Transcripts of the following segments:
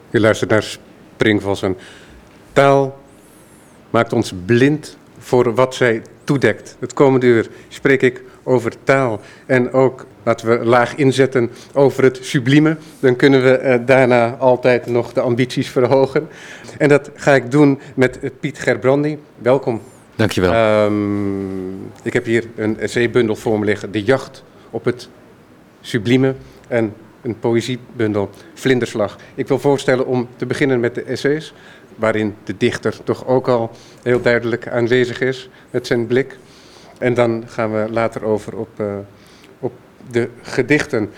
Je luistert naar Springvossen. Taal maakt ons blind voor wat zij toedekt. Het komende uur spreek ik over taal en ook, laten we laag inzetten, over het sublieme. Dan kunnen we daarna altijd nog de ambities verhogen. En dat ga ik doen met Piet Gerbrandy. Welkom. Dankjewel. Ik heb hier een essaybundel voor me liggen, De jacht op het sublieme, en een poëziebundel, Vlinderslag. Ik wil voorstellen om te beginnen met de essays, waarin de dichter toch ook al heel duidelijk aanwezig is met zijn blik. En dan gaan we later over op de gedichten.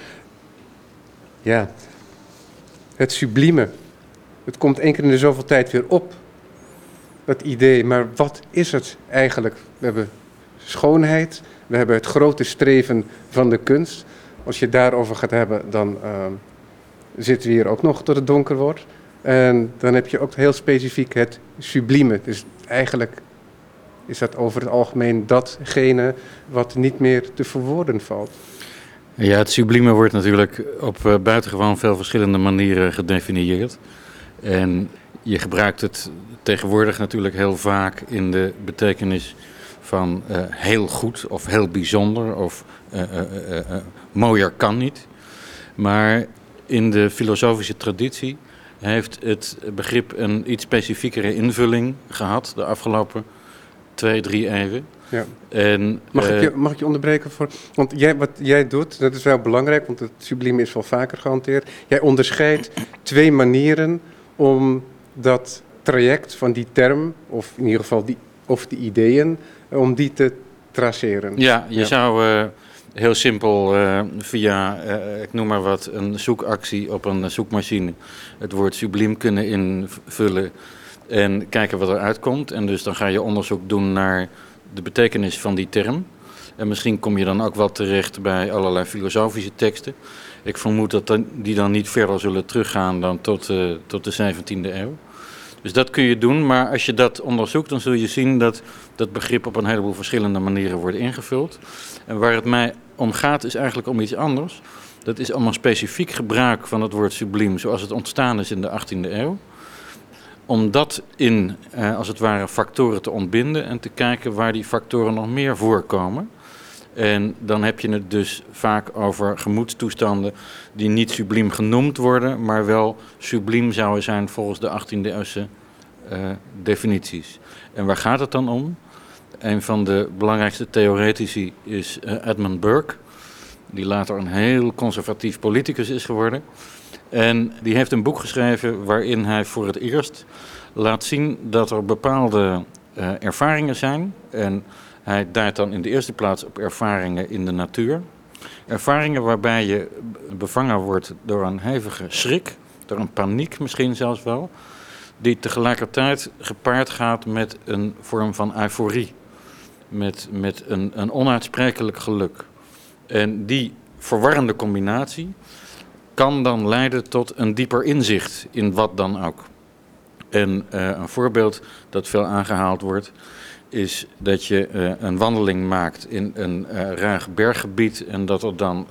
Ja, het sublieme. Het komt één keer in de zoveel tijd weer op, dat idee. Maar wat is het eigenlijk? We hebben schoonheid, we hebben het grote streven van de kunst. Als je het daarover gaat hebben, dan zitten we hier ook nog tot het donker wordt. En dan heb je ook heel specifiek het sublieme. Dus eigenlijk is dat over het algemeen datgene wat niet meer te verwoorden valt. Ja, het sublieme wordt natuurlijk op buitengewoon veel verschillende manieren gedefinieerd. En je gebruikt het tegenwoordig natuurlijk heel vaak in de betekenis van heel goed of heel bijzonder of mooier kan niet. Maar in de filosofische traditie heeft het begrip een iets specifiekere invulling gehad de afgelopen 2-3 eeuwen. Ja. En, mag ik je onderbreken? Want wat jij doet, dat is wel belangrijk, want het sublieme is wel vaker gehanteerd. Jij onderscheidt 2 manieren om dat traject van die term, of in ieder geval die ideeën, om die te traceren. Ja, je zou heel simpel via, ik noem maar wat, een zoekactie op een zoekmachine het woord subliem kunnen invullen en kijken wat er uitkomt. En dus dan ga je onderzoek doen naar de betekenis van die term. En misschien kom je dan ook wel terecht bij allerlei filosofische teksten. Ik vermoed dat die dan niet verder zullen teruggaan dan tot de 17e eeuw. Dus dat kun je doen, maar als je dat onderzoekt, dan zul je zien dat dat begrip op een heleboel verschillende manieren wordt ingevuld. En waar het mij om gaat is eigenlijk om iets anders. Dat is om een specifiek gebruik van het woord subliem zoals het ontstaan is in de 18e eeuw. Om dat in, als het ware, factoren te ontbinden en te kijken waar die factoren nog meer voorkomen. En dan heb je het dus vaak over gemoedstoestanden die niet subliem genoemd worden, maar wel subliem zouden zijn volgens de 18e-eeuwse definities. En waar gaat het dan om? Een van de belangrijkste theoretici is Edmund Burke, die later een heel conservatief politicus is geworden. En die heeft een boek geschreven waarin hij voor het eerst laat zien dat er bepaalde ervaringen zijn. En hij duidt dan in de eerste plaats op ervaringen in de natuur. Ervaringen waarbij je bevangen wordt door een hevige schrik, door een paniek misschien zelfs wel, die tegelijkertijd gepaard gaat met een vorm van euforie, met een onuitsprekelijk geluk. En die verwarrende combinatie kan dan leiden tot een dieper inzicht in wat dan ook. En een voorbeeld dat veel aangehaald wordt, is dat je een wandeling maakt in een ruig berggebied en dat er dan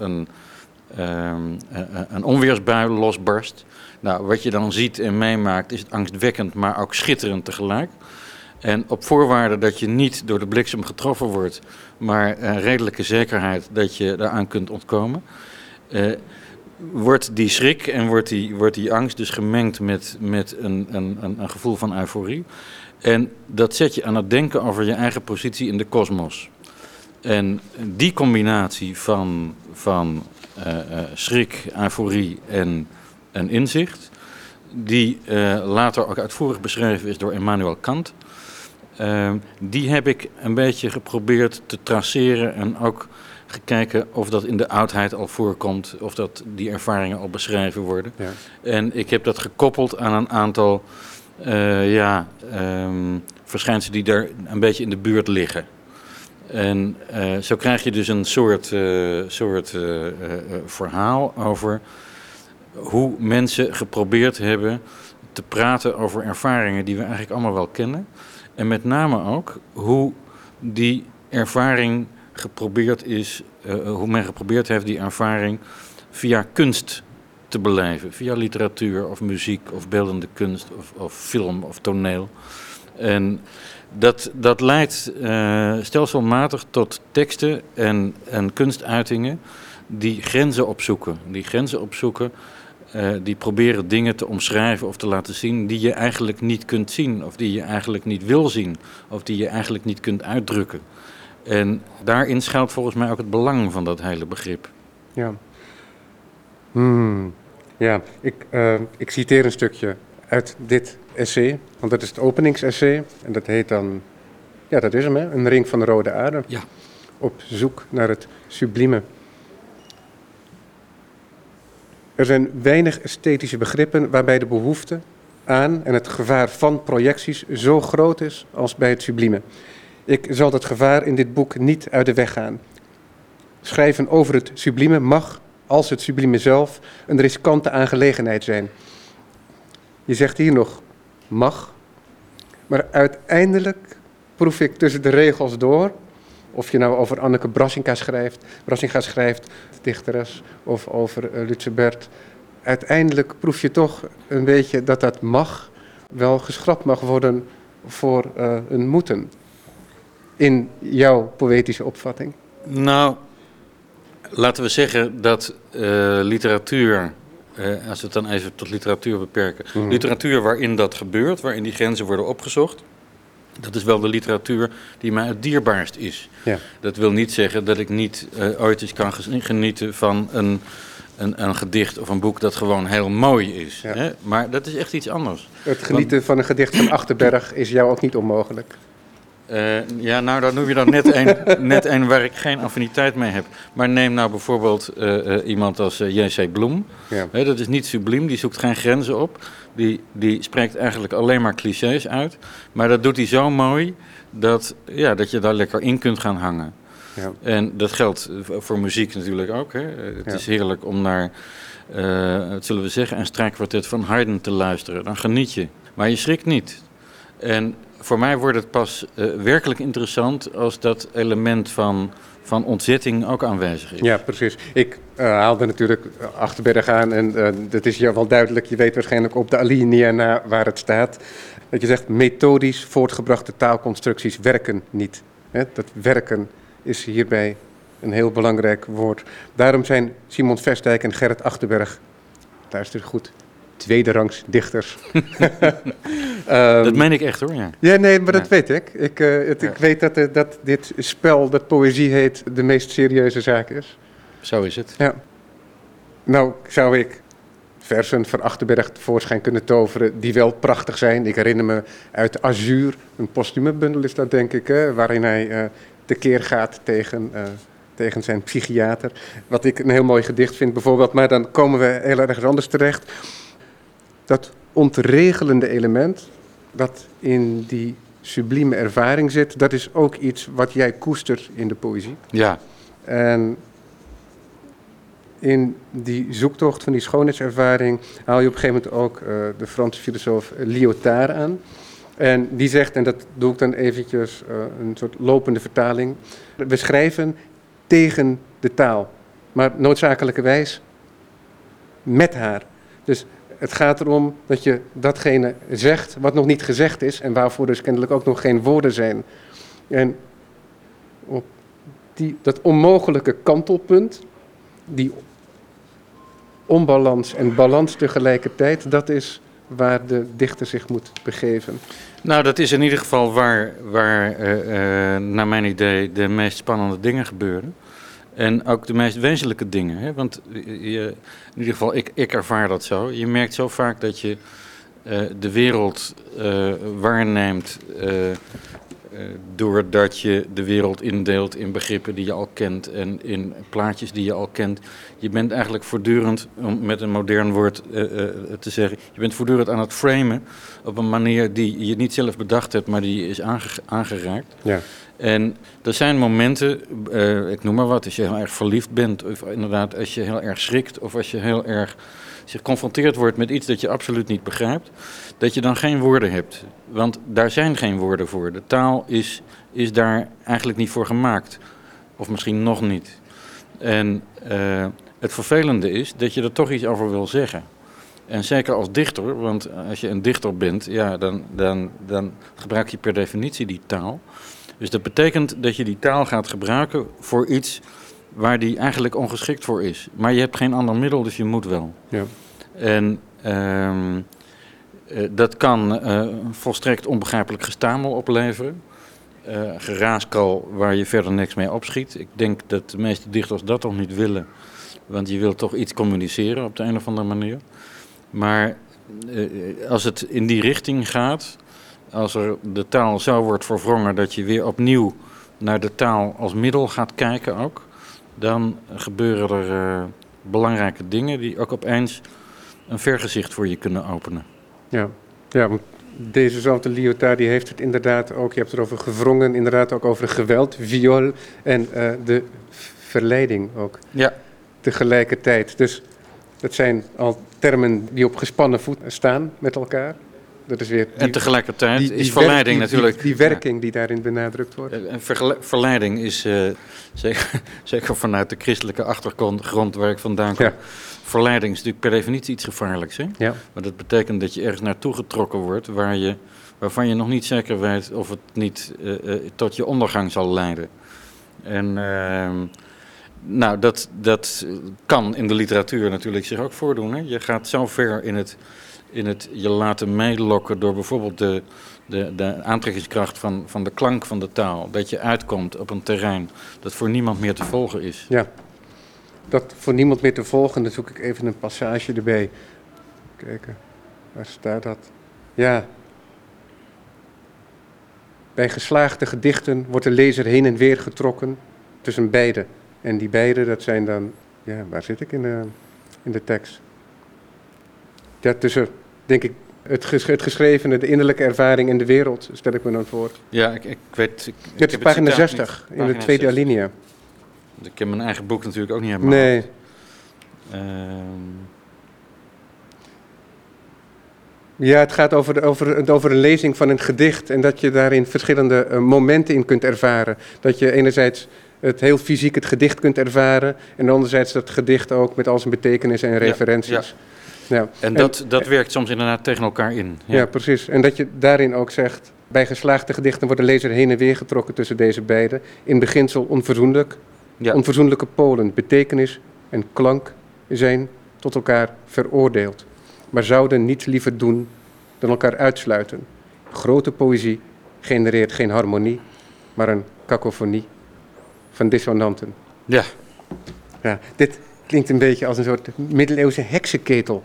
een onweersbui losbarst. Nou, wat je dan ziet en meemaakt is angstwekkend, maar ook schitterend tegelijk. En op voorwaarde dat je niet door de bliksem getroffen wordt, maar redelijke zekerheid dat je daaraan kunt ontkomen, wordt die schrik en wordt die angst dus gemengd met een gevoel van euforie. En dat zet je aan het denken over je eigen positie in de kosmos. En die combinatie van schrik, euforie en inzicht, die later ook uitvoerig beschreven is door Immanuel Kant, die heb ik een beetje geprobeerd te traceren en ook gekeken of dat in de oudheid al voorkomt, of dat die ervaringen al beschreven worden. Ja. En ik heb dat gekoppeld aan een aantal verschijnselen die daar een beetje in de buurt liggen. En zo krijg je dus een soort verhaal over hoe mensen geprobeerd hebben te praten over ervaringen die we eigenlijk allemaal wel kennen. En met name ook hoe die ervaring geprobeerd is, hoe men geprobeerd heeft die ervaring via kunst te beleven. Via literatuur of muziek of beeldende kunst of film of toneel. En dat leidt stelselmatig tot teksten en kunstuitingen die grenzen opzoeken. Die proberen dingen te omschrijven of te laten zien die je eigenlijk niet kunt zien. Of die je eigenlijk niet wil zien. Of die je eigenlijk niet kunt uitdrukken. En daarin schuilt volgens mij ook het belang van dat hele begrip. Ja. Ja, ik citeer een stukje uit dit essay, want dat is het openingsessay. En dat heet dan, ja dat is hem hè, Een ring van de rode aarde. Ja. Op zoek naar het sublieme. Er zijn weinig esthetische begrippen waarbij de behoefte aan en het gevaar van projecties zo groot is als bij het sublieme. Ik zal dat gevaar in dit boek niet uit de weg gaan. Schrijven over het sublieme mag, als het sublieme zelf, een riskante aangelegenheid zijn. Je zegt hier nog, mag, maar uiteindelijk proef ik tussen de regels door, of je nou over Anneke Brassinga schrijft, dichteres, of over Lutze-Bert, uiteindelijk proef je toch een beetje dat dat mag, wel geschrapt mag worden voor een moeten. In jouw poëtische opvatting? Nou, laten we zeggen dat literatuur, als we het dan even tot literatuur beperken, literatuur waarin dat gebeurt, waarin die grenzen worden opgezocht, dat is wel de literatuur die mij het dierbaarst is. Ja. Dat wil niet zeggen dat ik niet ooit eens kan genieten van een gedicht of een boek dat gewoon heel mooi is. Ja. Hè? Maar dat is echt iets anders. Het genieten van een gedicht van Achterberg is jou ook niet onmogelijk? Ja, nou, dan noem je dan net een waar ik geen affiniteit mee heb. Maar neem nou bijvoorbeeld iemand als J.C. Bloem. Ja. Dat is niet subliem, die zoekt geen grenzen op. Die spreekt eigenlijk alleen maar clichés uit. Maar dat doet hij zo mooi dat je daar lekker in kunt gaan hangen. Ja. En dat geldt voor muziek natuurlijk ook. Hè. Het is heerlijk om naar, wat zullen we zeggen, een strijkkwartet van Haydn te luisteren. Dan geniet je. Maar je schrikt niet. En voor mij wordt het pas werkelijk interessant als dat element van ontzetting ook aanwezig is. Ja, precies. Ik haalde natuurlijk Achterberg aan en dat is jou wel duidelijk. Je weet waarschijnlijk op de alinea na waar het staat. Dat je zegt, methodisch voortgebrachte taalconstructies werken niet. Dat werken is hierbij een heel belangrijk woord. Daarom zijn Simon Vestdijk en Gerrit Achterberg, luister goed, tweederangs dichters. Dat meen ik echt hoor, ja. Ja, nee, maar dat weet ik. Ik weet dat dit spel, dat poëzie heet, de meest serieuze zaak is. Zo is het. Ja. Nou, zou ik versen van Achterberg tevoorschijn kunnen toveren die wel prachtig zijn. Ik herinner me uit Azuur, een postume bundel is dat denk ik, waarin hij tekeer gaat tegen zijn psychiater. Wat ik een heel mooi gedicht vind bijvoorbeeld, maar dan komen we heel ergens anders terecht. Dat ontregelende element dat in die sublieme ervaring zit, dat is ook iets wat jij koestert in de poëzie. Ja. En in die zoektocht van die schoonheidservaring haal je op een gegeven moment ook de Franse filosoof Lyotard aan. En die zegt, en dat doe ik dan eventjes een soort lopende vertaling, we schrijven tegen de taal, maar noodzakelijkerwijs met haar. Dus het gaat erom dat je datgene zegt wat nog niet gezegd is en waarvoor dus kennelijk ook nog geen woorden zijn. En op dat onmogelijke kantelpunt, die onbalans en balans tegelijkertijd, dat is waar de dichter zich moet begeven. Nou, dat is in ieder geval waar naar mijn idee de meest spannende dingen gebeuren. En ook de meest wezenlijke dingen. Hè? Want in ieder geval, ik ervaar dat zo. Je merkt zo vaak dat je de wereld waarneemt doordat je de wereld indeelt in begrippen die je al kent en in plaatjes die je al kent. Je bent eigenlijk voortdurend, om met een modern woord te zeggen, je bent voortdurend aan het framen op een manier die je niet zelf bedacht hebt, maar die je is aangeraakt. Ja. En er zijn momenten, ik noem maar wat, als je heel erg verliefd bent, of inderdaad als je heel erg schrikt, of als je heel erg geconfronteerd wordt met iets dat je absoluut niet begrijpt, dat je dan geen woorden hebt. Want daar zijn geen woorden voor. De taal is daar eigenlijk niet voor gemaakt. Of misschien nog niet. En het vervelende is dat je er toch iets over wil zeggen. En zeker als dichter, want als je een dichter bent, ja, dan gebruik je per definitie die taal. Dus dat betekent dat je die taal gaat gebruiken voor iets waar die eigenlijk ongeschikt voor is. Maar je hebt geen ander middel, dus je moet wel. Ja. En dat kan volstrekt onbegrijpelijk gestamel opleveren. Geraaskal waar je verder niks mee opschiet. Ik denk dat de meeste dichters dat toch niet willen. Want je wilt toch iets communiceren op de een of andere manier. Maar als het in die richting gaat, als er de taal zo wordt verwrongen dat je weer opnieuw naar de taal als middel gaat kijken ook, dan gebeuren er belangrijke dingen die ook opeens een vergezicht voor je kunnen openen. Ja, want dezezelfde Lyotard die heeft het inderdaad ook, je hebt het over gewrongen, inderdaad ook over geweld, viool en de verleiding ook. Ja. Tegelijkertijd. Dus dat zijn al termen die op gespannen voet staan met elkaar. Dat is weer en tegelijkertijd is verleiding natuurlijk... Die werking die daarin benadrukt wordt. Verleiding is, zeker vanuit de christelijke achtergrond waar ik vandaan kom... Ja. Verleiding is natuurlijk per definitie iets gevaarlijks. Hè? Ja. Maar dat betekent dat je ergens naartoe getrokken wordt waarvan je nog niet zeker weet of het niet tot je ondergang zal leiden. En nou, dat kan in de literatuur natuurlijk zich ook voordoen. Hè? Je gaat zo ver in het je laten meelokken door bijvoorbeeld de aantrekkingskracht van de klank van de taal. Dat je uitkomt op een terrein dat voor niemand meer te volgen is. Ja, dat voor niemand meer te volgen, dan zoek ik even een passage erbij. Kijken, waar staat dat? Ja. Bij geslaagde gedichten wordt de lezer heen en weer getrokken tussen beide. En die beide, dat zijn dan, ja, waar zit ik in de tekst? Ja, tussen, denk ik, het geschrevene, de innerlijke ervaring en de wereld, stel ik me dan voor. Ja, ik weet... Het is pagina 60, in de tweede alinea. Ik heb mijn eigen boek natuurlijk ook niet helemaal. Nee. Ja, het gaat over een lezing van een gedicht en dat je daarin verschillende momenten in kunt ervaren. Dat je enerzijds het heel fysiek het gedicht kunt ervaren en anderzijds dat gedicht ook met al zijn betekenis en referenties. Ja. Ja. En dat werkt soms inderdaad tegen elkaar in. Ja, precies. En dat je daarin ook zegt, bij geslaagde gedichten wordt de lezer heen en weer getrokken tussen deze beiden. In beginsel onverzoenlijk. Ja. Onverzoenlijke polen, betekenis en klank zijn tot elkaar veroordeeld. Maar zouden niets liever doen dan elkaar uitsluiten. Grote poëzie genereert geen harmonie, maar een kakofonie van dissonanten. Ja. Ja, dit klinkt een beetje als een soort middeleeuwse heksenketel.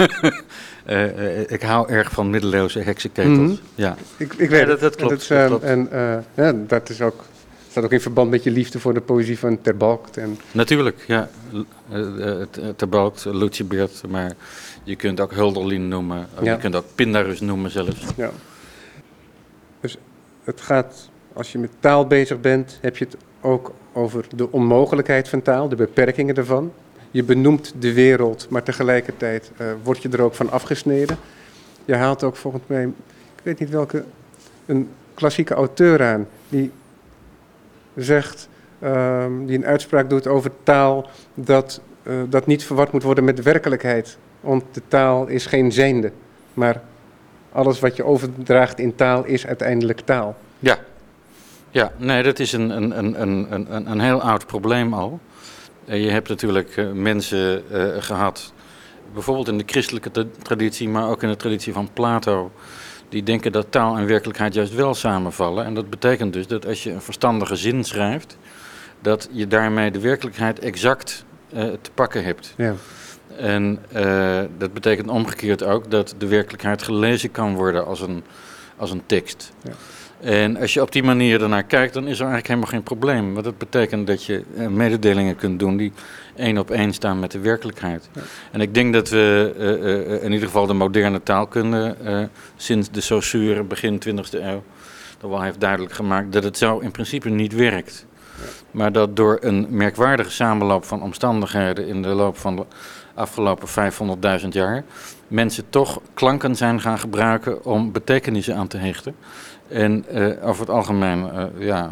Ik hou erg van middeleeuwse heksenketels. Mm-hmm. Ja. Ik weet het. Dat klopt. Dat is ook... staat ook in verband met je liefde voor de poëzie van Ter Balkt. Natuurlijk, ja. Ter Balkt, Lucibert, maar je kunt ook Hölderlin noemen. Ja. Je kunt ook Pindarus noemen zelfs. Ja. Dus het gaat, als je met taal bezig bent, heb je het ook over de onmogelijkheid van taal, de beperkingen ervan. Je benoemt de wereld, maar tegelijkertijd word je er ook van afgesneden. Je haalt ook volgens mij, ik weet niet welke, een klassieke auteur aan, die zegt, die een uitspraak doet over taal, dat niet verward moet worden met de werkelijkheid. Want de taal is geen zijnde, maar alles wat je overdraagt in taal is uiteindelijk taal. Ja, nee, dat is een heel oud probleem al. Je hebt natuurlijk mensen gehad, bijvoorbeeld in de christelijke traditie, maar ook in de traditie van Plato, die denken dat taal en werkelijkheid juist wel samenvallen. En dat betekent dus dat als je een verstandige zin schrijft, dat je daarmee de werkelijkheid exact te pakken hebt. Ja. En dat betekent omgekeerd ook dat de werkelijkheid gelezen kan worden als een tekst. Ja. En als je op die manier ernaar kijkt, dan is er eigenlijk helemaal geen probleem. Want dat betekent dat je mededelingen kunt doen die 1 op 1 staan met de werkelijkheid. Ja. En ik denk dat we in ieder geval de moderne taalkunde sinds de Saussure begin 20e eeuw toch wel heeft duidelijk gemaakt dat het zo in principe niet werkt. Ja. Maar dat door een merkwaardige samenloop van omstandigheden in de loop van de afgelopen 500.000 jaar mensen toch klanken zijn gaan gebruiken om betekenissen aan te hechten. En over het algemeen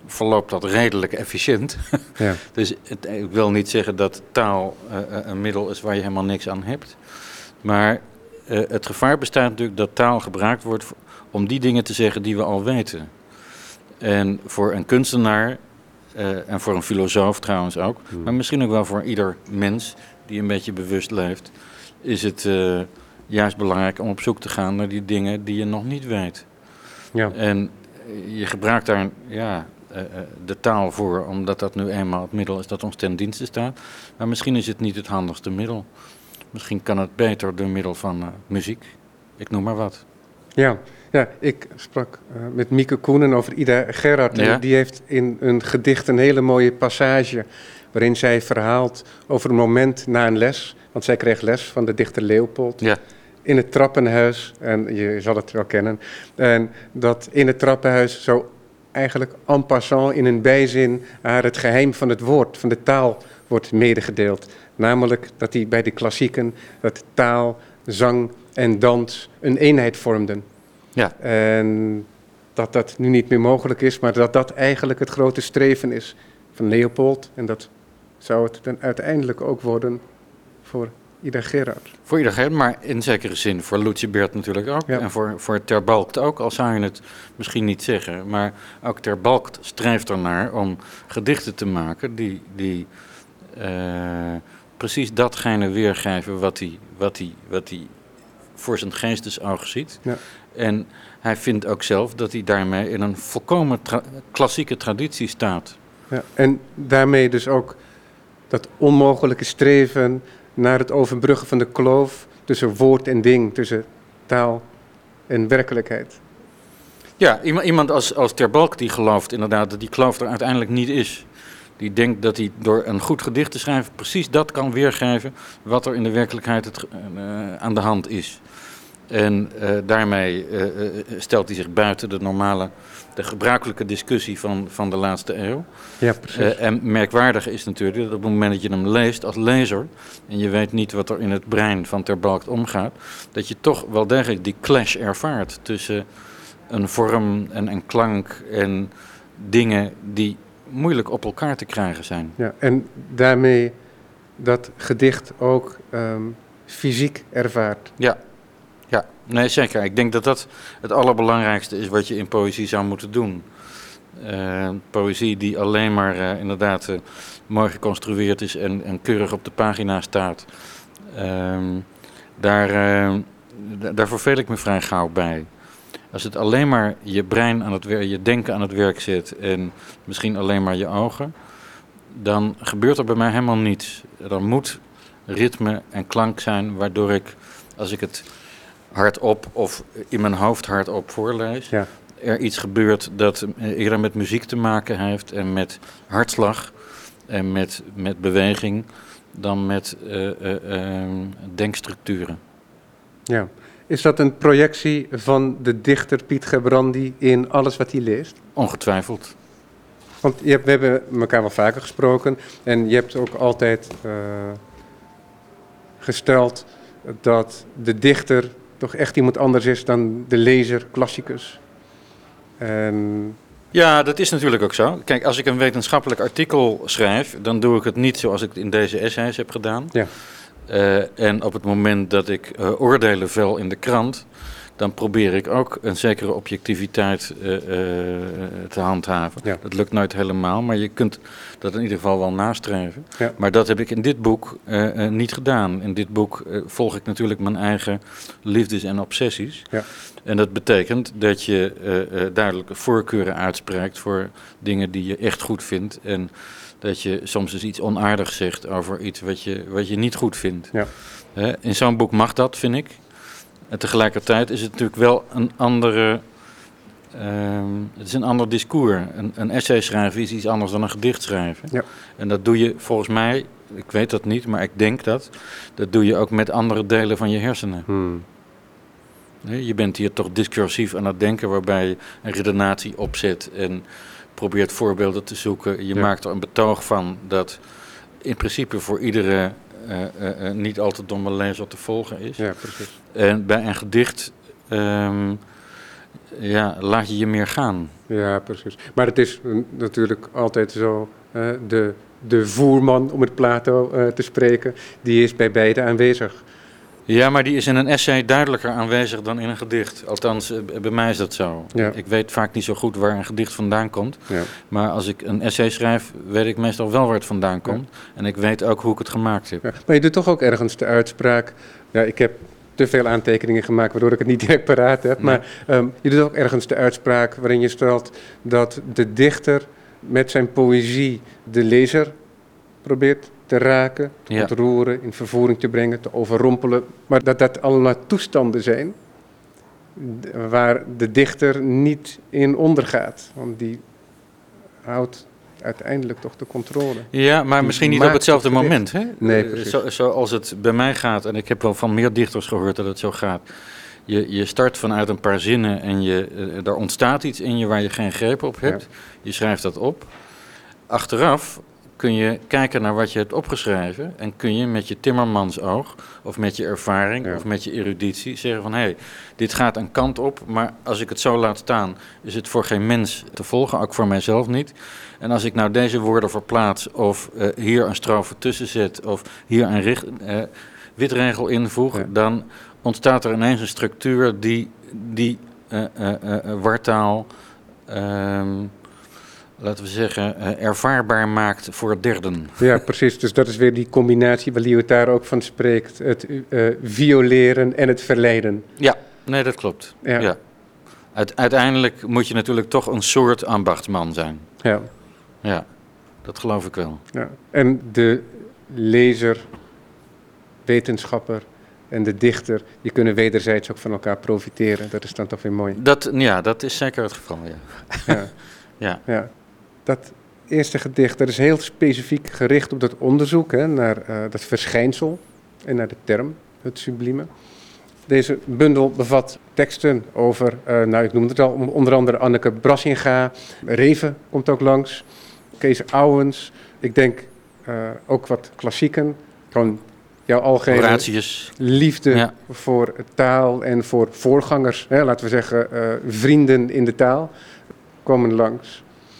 verloopt dat redelijk efficiënt. Ja. Dus ik wil niet zeggen dat taal een middel is waar je helemaal niks aan hebt. Maar het gevaar bestaat natuurlijk dat taal gebruikt wordt om die dingen te zeggen die we al weten. En voor een kunstenaar, en voor een filosoof trouwens ook, maar misschien ook wel voor ieder mens die een beetje bewust leeft, is het juist belangrijk om op zoek te gaan naar die dingen die je nog niet weet. Ja. En je gebruikt daar de taal voor, omdat dat nu eenmaal het middel is dat ons ten dienste staat. Maar misschien is het niet het handigste middel. Misschien kan het beter door middel van muziek. Ik noem maar wat. Ja, ik sprak met Mieke Koenen over Ida Gerhard. Ja. Die heeft in een gedicht een hele mooie passage waarin zij verhaalt over een moment na een les. Want zij kreeg les van de dichter Leopold. Ja. In het trappenhuis, en je zal het wel kennen. En dat in het trappenhuis zo eigenlijk en passant in een bijzin haar het geheim van het woord, van de taal, wordt medegedeeld. Namelijk dat die bij de klassieken, dat taal, zang en dans een eenheid vormden. Ja. En dat dat nu niet meer mogelijk is, maar dat dat eigenlijk het grote streven is van Leopold. En dat zou het dan uiteindelijk ook worden voor Ida Gerhard. Voor Ida Gerhard, maar in zekere zin voor Lucebert natuurlijk ook. Ja. En voor Ter Balkt ook, al zou je het misschien niet zeggen. Maar ook Ter Balkt streeft ernaar om gedichten te maken die precies datgene weergeven wat hij voor zijn geestesoog ziet. Ja. En hij vindt ook zelf dat hij daarmee in een volkomen klassieke traditie staat. Ja, en daarmee dus ook dat onmogelijke streven naar het overbruggen van de kloof tussen woord en ding, tussen taal en werkelijkheid. Ja, iemand als Ter Balk die gelooft inderdaad dat die kloof er uiteindelijk niet is. Die denkt dat hij door een goed gedicht te schrijven precies dat kan weergeven wat er in de werkelijkheid aan de hand is. En daarmee stelt hij zich buiten de gebruikelijke discussie van de laatste eeuw. Ja, precies. En merkwaardig is natuurlijk dat op het moment dat je hem leest als lezer, en je weet niet wat er in het brein van Ter Balk omgaat, dat je toch wel degelijk die clash ervaart tussen een vorm en een klank en dingen die moeilijk op elkaar te krijgen zijn. Ja, en daarmee dat gedicht ook fysiek ervaart. Ja, nee zeker. Ik denk dat dat het allerbelangrijkste is wat je in poëzie zou moeten doen. Poëzie die alleen maar inderdaad mooi geconstrueerd is en keurig op de pagina staat. Daar verveel ik me vrij gauw bij. Als het alleen maar je brein aan het werk, je denken aan het werk zet en misschien alleen maar je ogen, dan gebeurt er bij mij helemaal niets. Er moet ritme en klank zijn waardoor ik, als ik het hardop of in mijn hoofd hardop voorlees, Ja. er iets gebeurt dat eerder met muziek te maken heeft en met hartslag en met beweging dan met denkstructuren. Ja. Is dat een projectie van de dichter Piet Gerbrandy in alles wat hij leest? Ongetwijfeld. Want we hebben elkaar wel vaker gesproken en je hebt ook altijd gesteld dat de dichter toch echt iemand anders is dan de lezer, klassicus. En Ja, dat is natuurlijk ook zo. Kijk, als ik een wetenschappelijk artikel schrijf, dan doe ik het niet zoals ik het in deze essays heb gedaan. ja, En op het moment dat ik oordelen vel in de krant, dan probeer ik ook een zekere objectiviteit te handhaven. Ja. Dat lukt nooit helemaal, maar je kunt dat in ieder geval wel nastreven. Ja. Maar dat heb ik in dit boek niet gedaan. In dit boek volg ik natuurlijk mijn eigen liefdes en obsessies. Ja. En dat betekent dat je duidelijke voorkeuren uitspreekt voor dingen die je echt goed vindt. En dat je soms eens iets onaardigs zegt over iets wat je niet goed vindt. Ja. In zo'n boek mag dat, vind ik. En tegelijkertijd is het natuurlijk wel een andere. Het is een ander discours. Een essay schrijven is iets anders dan een gedicht schrijven. Ja. En dat doe je volgens mij, ik weet dat niet, maar ik denk dat doe je ook met andere delen van je hersenen. Je bent hier toch discursief aan het denken, waarbij je een redenatie opzet en probeert voorbeelden te zoeken. Je maakt er een betoog van dat in principe voor iedere niet al te domme lezer te volgen is. Ja, precies. En bij een gedicht ja, laat je meer gaan. Ja, precies. Maar het is natuurlijk altijd zo, de voerman, om met Plato te spreken, die is bij beide aanwezig. Ja, maar die is in een essay duidelijker aanwezig dan in een gedicht. Althans, bij mij is dat zo. Ja. Ik weet vaak niet zo goed waar een gedicht vandaan komt. Ja. Maar als ik een essay schrijf, weet ik meestal wel waar het vandaan komt. Ja. En ik weet ook hoe ik het gemaakt heb. Ja. Maar je doet toch ook ergens de uitspraak. Ja, ik heb te veel aantekeningen gemaakt, waardoor ik het niet direct paraat heb. Nee. Maar je doet ook ergens de uitspraak waarin je stelt dat de dichter met zijn poëzie de lezer probeert te raken, te ontroeren, in vervoering te brengen, te overrompelen. Maar dat dat allemaal toestanden zijn waar de dichter niet in ondergaat. Want die houdt uiteindelijk toch de controle. Ja, maar misschien niet op hetzelfde moment. Hè? Nee, precies. Zoals het bij mij gaat, en ik heb wel van meer dichters gehoord dat het zo gaat. Je start vanuit een paar zinnen en er ontstaat iets in je waar je geen greep op hebt. Ja. Je schrijft dat op. Achteraf kun je kijken naar wat je hebt opgeschreven en kun je met je timmermansoog of met je ervaring of met je eruditie zeggen van hé, dit gaat een kant op, maar als ik het zo laat staan is het voor geen mens te volgen, ook voor mijzelf niet. En als ik nou deze woorden verplaats of hier een strofe tussen zet of hier een witregel invoeg, dan ontstaat er ineens een structuur die wartaal laten we zeggen, ervaarbaar maakt voor derden. Ja, precies. Dus dat is weer die combinatie waar Lyotard ook van spreekt. Het violeren en het verleiden. Ja, nee, dat klopt. Ja. Uiteindelijk moet je natuurlijk toch een soort ambachtsman zijn. Ja. Ja, dat geloof ik wel. Ja. En de lezer, wetenschapper en de dichter, die kunnen wederzijds ook van elkaar profiteren. Dat is dan toch weer mooi. Dat is zeker het geval, ja. Ja. Dat eerste gedicht, dat is heel specifiek gericht op dat onderzoek, hè, naar dat verschijnsel en naar de term, het sublieme. Deze bundel bevat teksten over, ik noem het al, onder andere Anneke Brassinga, Reven komt ook langs, Kees Ouwens, ik denk ook wat klassieken, gewoon jouw algehele Horatius. Liefde voor taal en voor voorgangers, hè, laten we zeggen vrienden in de taal, komen langs.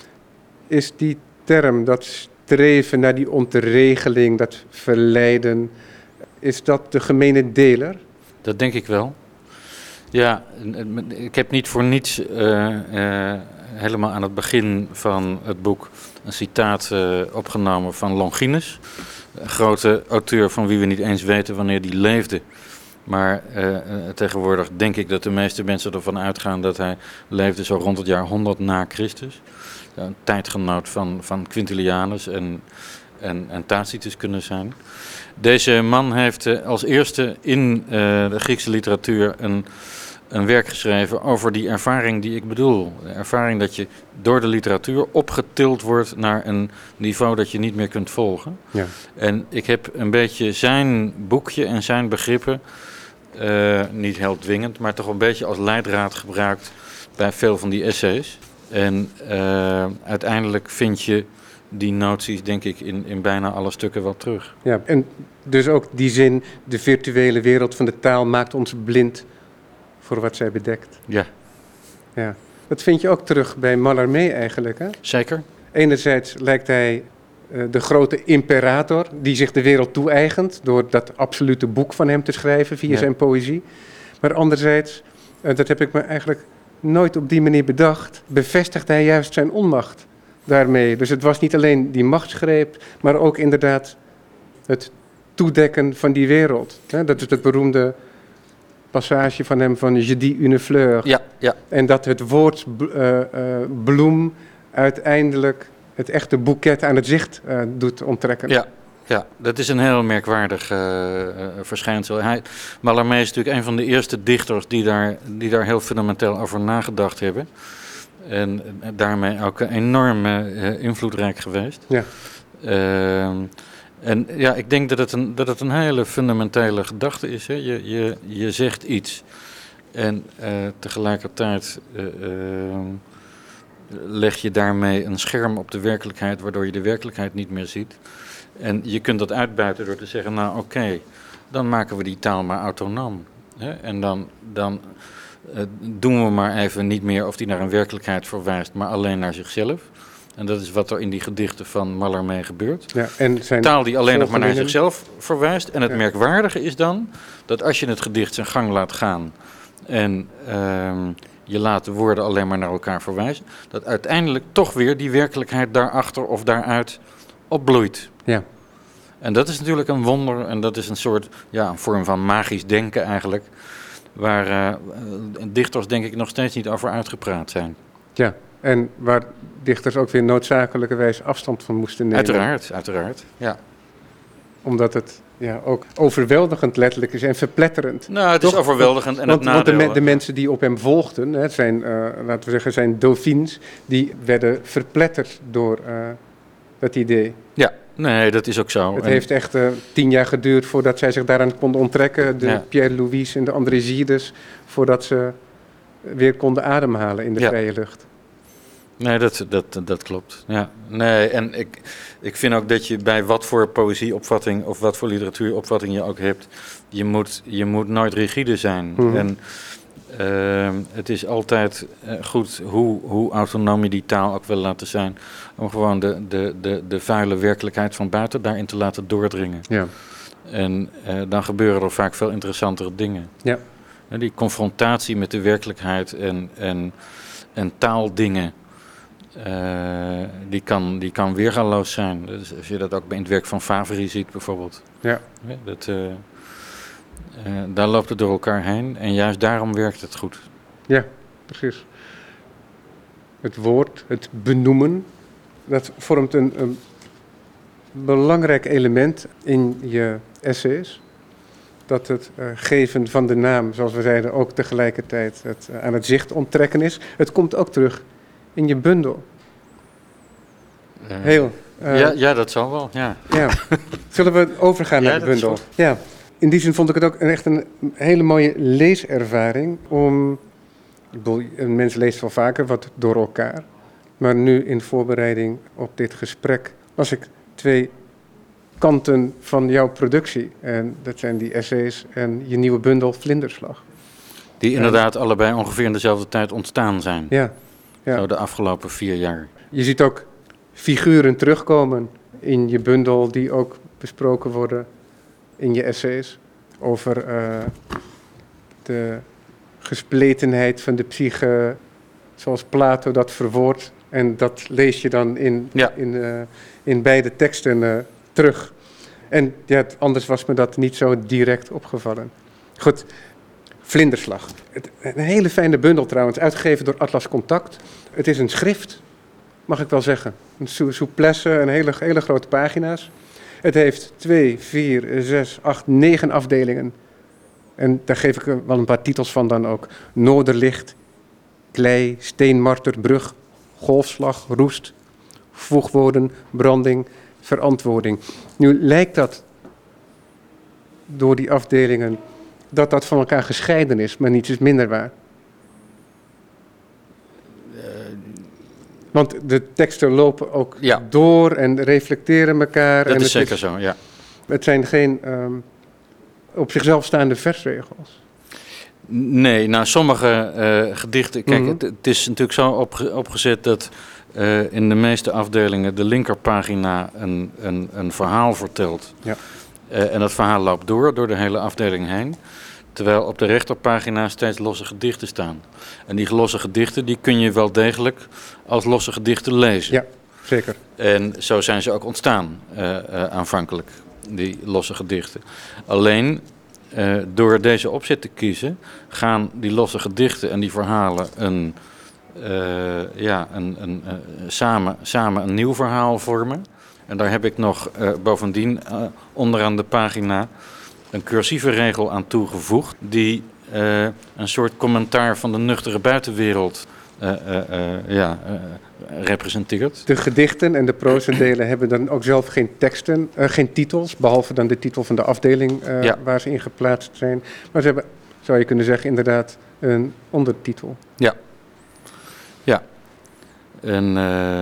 Is die term, dat streven naar die ontregeling, dat verleiden, is dat de gemene deler? Dat denk ik wel. Ja, ik heb niet voor niets helemaal aan het begin van het boek een citaat opgenomen van Longinus. Een grote auteur van wie we niet eens weten wanneer die leefde. Maar tegenwoordig denk ik dat de meeste mensen ervan uitgaan dat hij leefde zo rond het jaar 100 na Christus. Een tijdgenoot van Quintilianus en Tacitus kunnen zijn. Deze man heeft als eerste in de Griekse literatuur een werk geschreven over die ervaring die ik bedoel. De ervaring dat je door de literatuur opgetild wordt naar een niveau dat je niet meer kunt volgen. Ja. En ik heb een beetje zijn boekje en zijn begrippen, niet heel dwingend, maar toch een beetje als leidraad gebruikt bij veel van die essays. En uiteindelijk vind je die noties, denk ik, in bijna alle stukken wel terug. Ja, en dus ook die zin, de virtuele wereld van de taal maakt ons blind voor wat zij bedekt. Ja. Ja. Dat vind je ook terug bij Mallarmé eigenlijk, hè? Zeker. Enerzijds lijkt hij de grote imperator die zich de wereld toe-eigent door dat absolute boek van hem te schrijven via zijn poëzie. Maar anderzijds, dat heb ik me eigenlijk nooit op die manier bedacht, bevestigt hij juist zijn onmacht daarmee. Dus het was niet alleen die machtsgreep, maar ook inderdaad het toedekken van die wereld. Dat is het beroemde passage van hem van Je dis une fleur. Ja, ja. En dat het woord bloem uiteindelijk het echte boeket aan het zicht doet onttrekken. Ja. Ja, dat is een heel merkwaardig verschijnsel. Mallarmé is natuurlijk een van de eerste dichters die daar heel fundamenteel over nagedacht hebben. En daarmee ook enorm invloedrijk geweest. Ja. En ja, ik denk dat het een hele fundamentele gedachte is. Hè. Je zegt iets en tegelijkertijd leg je daarmee een scherm op de werkelijkheid, waardoor je de werkelijkheid niet meer ziet. En je kunt dat uitbuiten door te zeggen, nou oké, dan maken we die taal maar autonoom. Hè? En dan doen we maar even niet meer of die naar een werkelijkheid verwijst, maar alleen naar zichzelf. En dat is wat er in die gedichten van Mallarmé gebeurt. Ja, en zijn taal die alleen nog maar naar volgelingen. zichzelf verwijst. En het merkwaardige is dan dat als je het gedicht zijn gang laat gaan en je laat de woorden alleen maar naar elkaar verwijzen, dat uiteindelijk toch weer die werkelijkheid daarachter of daaruit opbloeit. Ja. En dat is natuurlijk een wonder en dat is een soort, een vorm van magisch denken eigenlijk, waar dichters denk ik nog steeds niet over uitgepraat zijn. Ja, en waar dichters ook weer noodzakelijkerwijs afstand van moesten nemen. Uiteraard, ja. Omdat het ook overweldigend letterlijk is en verpletterend. Nou, het is Toch? overweldigend en Want het nadeel... de mensen die op hem volgden, het zijn, laten we zeggen, zijn dauphines, die werden verpletterd door dat idee. Ja, nee, dat is ook zo. Het heeft echt 10 jaar geduurd voordat zij zich daaraan konden onttrekken. De Pierre-Louis en de André-Gides, voordat ze weer konden ademhalen in de vrije lucht. Nee, dat klopt. Ja. Nee, en ik vind ook dat je bij wat voor poëzieopvatting of wat voor literatuuropvatting je ook hebt, je moet nooit rigide zijn. Mm-hmm. En het is altijd goed, hoe autonoom je die taal ook wil laten zijn, om gewoon de vuile werkelijkheid van buiten daarin te laten doordringen. Ja. En dan gebeuren er vaak veel interessantere dingen. Ja. Die confrontatie met de werkelijkheid en taaldingen, die kan weergaloos zijn. Dus als je dat ook in het werk van Favre ziet bijvoorbeeld. Ja. Daar loopt het door elkaar heen en juist daarom werkt het goed. Ja, precies. Het woord, het benoemen, dat vormt een belangrijk element in je essays. Dat het geven van de naam, zoals we zeiden, ook tegelijkertijd aan het zicht onttrekken is. Het komt ook terug in je bundel. Ja, dat zal wel, ja. Zullen we overgaan naar de bundel? Ja. In die zin vond ik het ook echt een hele mooie leeservaring. Ik bedoel, een mens leest wel vaker wat door elkaar. Maar nu in voorbereiding op dit gesprek las ik 2 kanten van jouw productie. En dat zijn die essays en je nieuwe bundel Vlinderslag. Die inderdaad allebei ongeveer in dezelfde tijd ontstaan zijn. Ja. Zo de afgelopen 4 jaar. Je ziet ook figuren terugkomen in je bundel die ook besproken worden in je essays. Over de gespletenheid van de psyche, zoals Plato dat verwoordt. En dat lees je dan in beide teksten terug. En anders was me dat niet zo direct opgevallen. Goed, Vlinderslag. Een hele fijne bundel trouwens, uitgegeven door Atlas Contact. Het is een schrift, mag ik wel zeggen. Een souplesse, een hele grote pagina's. Het heeft 2, 4, 6, 8, 9 afdelingen. En daar geef ik wel een paar titels van dan ook. Noorderlicht, klei, steenmarter, brug, golfslag, roest, voegwoorden, branding, verantwoording. Nu lijkt dat door die afdelingen dat van elkaar gescheiden is, maar niets is minder waar. Want de teksten lopen ook door en reflecteren elkaar. Dat is zeker zo, ja. Het zijn geen op zichzelf staande versregels. Nee, nou sommige gedichten... Kijk, het is natuurlijk zo opgezet dat in de meeste afdelingen de linkerpagina een verhaal vertelt. Ja. En dat verhaal loopt door de hele afdeling heen. Terwijl op de rechterpagina steeds losse gedichten staan. En die losse gedichten die kun je wel degelijk als losse gedichten lezen. Ja, zeker. En zo zijn ze ook ontstaan aanvankelijk, die losse gedichten. Alleen door deze opzet te kiezen gaan die losse gedichten en die verhalen samen een nieuw verhaal vormen. En daar heb ik nog bovendien onderaan de pagina een cursieve regel aan toegevoegd die een soort commentaar van de nuchtere buitenwereld representeert. De gedichten en de prozadelen hebben dan ook zelf geen teksten, geen titels, behalve dan de titel van de afdeling waar ze in geplaatst zijn. Maar ze hebben, zou je kunnen zeggen, inderdaad een ondertitel. Ja. En